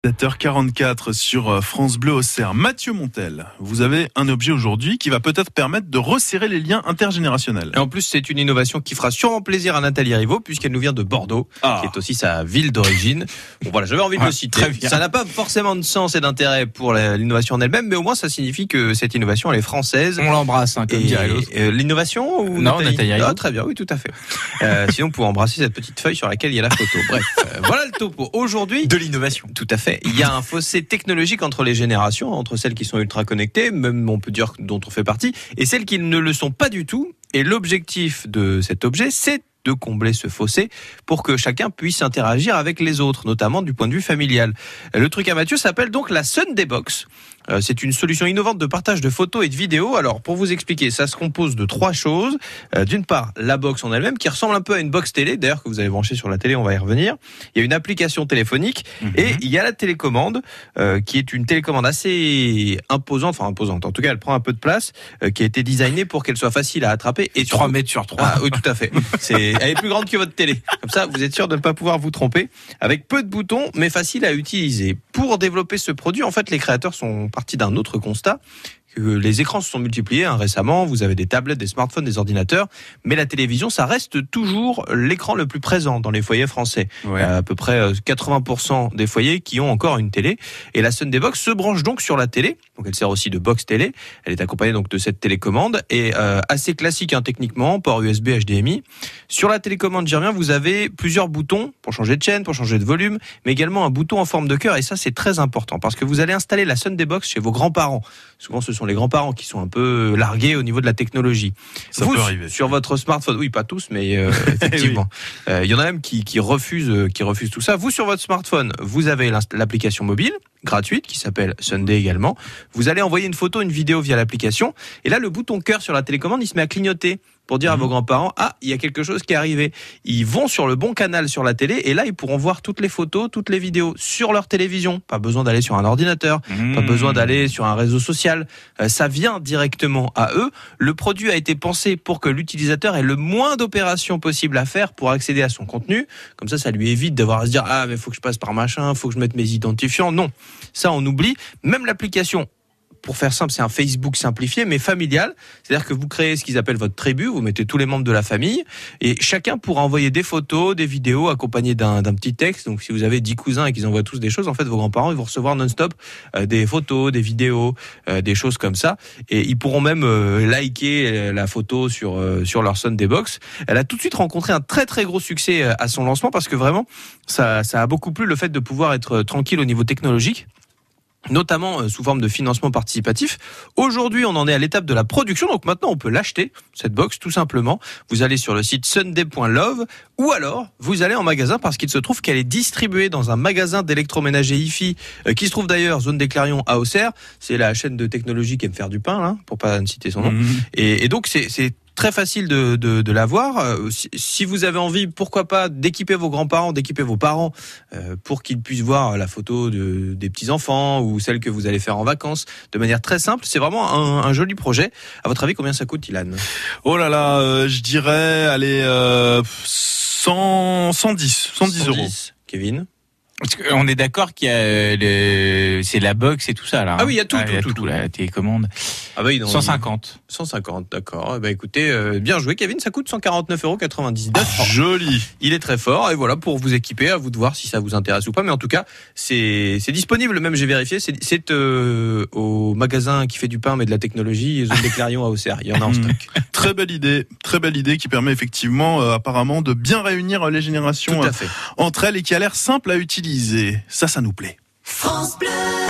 7h44 sur France Bleu Auxerre. Mathieu Montel, vous avez un objet aujourd'hui qui va peut-être permettre de resserrer les liens intergénérationnels. Et en plus, c'est une innovation qui fera sûrement plaisir à Nathalie Rivaud, puisqu'elle nous vient de Bordeaux, qui est aussi sa ville d'origine. Bon voilà, j'avais envie de le citer. Ça n'a pas forcément de sens et d'intérêt pour l'innovation en elle-même, mais au moins ça signifie que cette innovation, elle est française. On l'embrasse, comme dirait l'autre. L'innovation ou Non, Nathalie Rivaud. Très bien, oui, tout à fait. Sinon, vous pouvez embrasser cette petite feuille sur laquelle il y a la photo. Bref, voilà le topo. Aujourd'hui, De l'innovation. tout à fait. Il y a un fossé technologique entre les générations, entre celles qui sont ultra connectées, même on peut dire dont on fait partie, et celles qui ne le sont pas du tout. Et l'objectif de cet objet, c'est de combler ce fossé pour que chacun puisse interagir avec les autres, notamment du point de vue familial. Le truc à Mathieu s'appelle donc la Sunday Box. C'est une solution innovante de partage de photos et de vidéos. Alors, pour vous expliquer, ça se compose de trois choses. D'une part, la box en elle-même, qui ressemble un peu à une box télé, d'ailleurs, que vous avez branchée sur la télé, on va y revenir. Il y a une application téléphonique, et il y a la télécommande, qui est une télécommande assez imposante, en tout cas, elle prend un peu de place, qui a été designée pour qu'elle soit facile à attraper. Et 3 mètres sur 3. Ah, oui, tout à fait. Elle est plus grande que votre télé. Comme ça, vous êtes sûr de ne pas pouvoir vous tromper. Avec peu de boutons, mais facile à utiliser. Pour développer ce produit, en fait, les créateurs sont partis d'un autre constat, que les écrans se sont multipliés récemment, vous avez des tablettes, des smartphones, des ordinateurs, mais la télévision, ça reste toujours l'écran le plus présent dans les foyers français. Ouais. À peu près 80% des foyers qui ont encore une télé, et la Sunday Box se branche donc sur la télé, donc elle sert aussi de box télé, elle est accompagnée donc de cette télécommande, et assez classique techniquement, port USB, HDMI. Sur la télécommande, j'y reviens, vous avez plusieurs boutons pour changer de chaîne, pour changer de volume, mais également un bouton en forme de cœur, et ça c'est très important, parce que vous allez installer la Sunday Box chez vos grands-parents. Souvent ce sont les grands-parents qui sont un peu largués au niveau de la technologie. Ça vous, peut arriver. sur votre smartphone, oui, pas tous, mais effectivement. Il y en a même qui refusent tout ça. Vous, sur votre smartphone, vous avez l'application mobile, gratuite, qui s'appelle Sunday également. Vous allez envoyer une photo, une vidéo via l'application. Et là, le bouton cœur sur la télécommande, il se met à clignoter pour dire à vos grands-parents, il y a quelque chose qui est arrivé. Ils vont sur le bon canal sur la télé, et là, ils pourront voir toutes les photos, toutes les vidéos sur leur télévision. Pas besoin d'aller sur un ordinateur, pas besoin d'aller sur un réseau social. Ça vient directement à eux. Le produit a été pensé pour que l'utilisateur ait le moins d'opérations possibles à faire pour accéder à son contenu. Comme ça lui évite d'avoir à se dire, mais faut que je passe par machin, faut que je mette mes identifiants. Non. Ça, on oublie. Même l'application, pour faire simple, c'est un Facebook simplifié, mais familial. C'est-à-dire que vous créez ce qu'ils appellent votre tribu, vous mettez tous les membres de la famille, et chacun pourra envoyer des photos, des vidéos, accompagnées d'un petit texte. Donc, si vous avez 10 cousins et qu'ils envoient tous des choses, en fait, vos grands-parents, ils vont recevoir non-stop des photos, des vidéos, des choses comme ça. Et ils pourront même liker la photo sur leur Sunday Box. Elle a tout de suite rencontré un très, très gros succès à son lancement, parce que vraiment, ça a beaucoup plu, le fait de pouvoir être tranquille au niveau technologique, notamment sous forme de financement participatif. Aujourd'hui, on en est à l'étape de la production, donc maintenant on peut l'acheter, cette box, tout simplement. Vous allez sur le site sunday.love, ou alors vous allez en magasin, parce qu'il se trouve qu'elle est distribuée dans un magasin d'électroménager hi-fi, qui se trouve d'ailleurs zone des Clarions à Auxerre. C'est la chaîne de technologie qui aime faire du pain, là, pour pas citer son nom. Et donc c'est très facile de l'avoir. Si vous avez envie, pourquoi pas, d'équiper vos grands-parents, d'équiper vos parents, pour qu'ils puissent voir la photo des petits-enfants ou celle que vous allez faire en vacances, de manière très simple. C'est vraiment un joli projet. À votre avis, combien ça coûte, Ilan ? Oh là là, je dirais, allez, 110 euros. Kevin ? Parce qu'on est d'accord qu'il y a c'est la box et tout ça, là. Ah oui, il y a tout, tout, la télécommande. Ah bah oui, 150. 150, d'accord. Écoutez, bien joué, Kevin. Ça coûte 149,99 €. Joli. Il est très fort. Et voilà, pour vous équiper, à vous de voir si ça vous intéresse ou pas. Mais en tout cas, c'est disponible. Même, j'ai vérifié. C'est au magasin qui fait du pain mais de la technologie, zone des Clarions à Auxerre. Il y en a en stock. Très belle idée qui permet effectivement, apparemment, de bien réunir les générations Tout à fait. entre elles, et qui a l'air simple à utiliser. Ça nous plaît. France Bleu.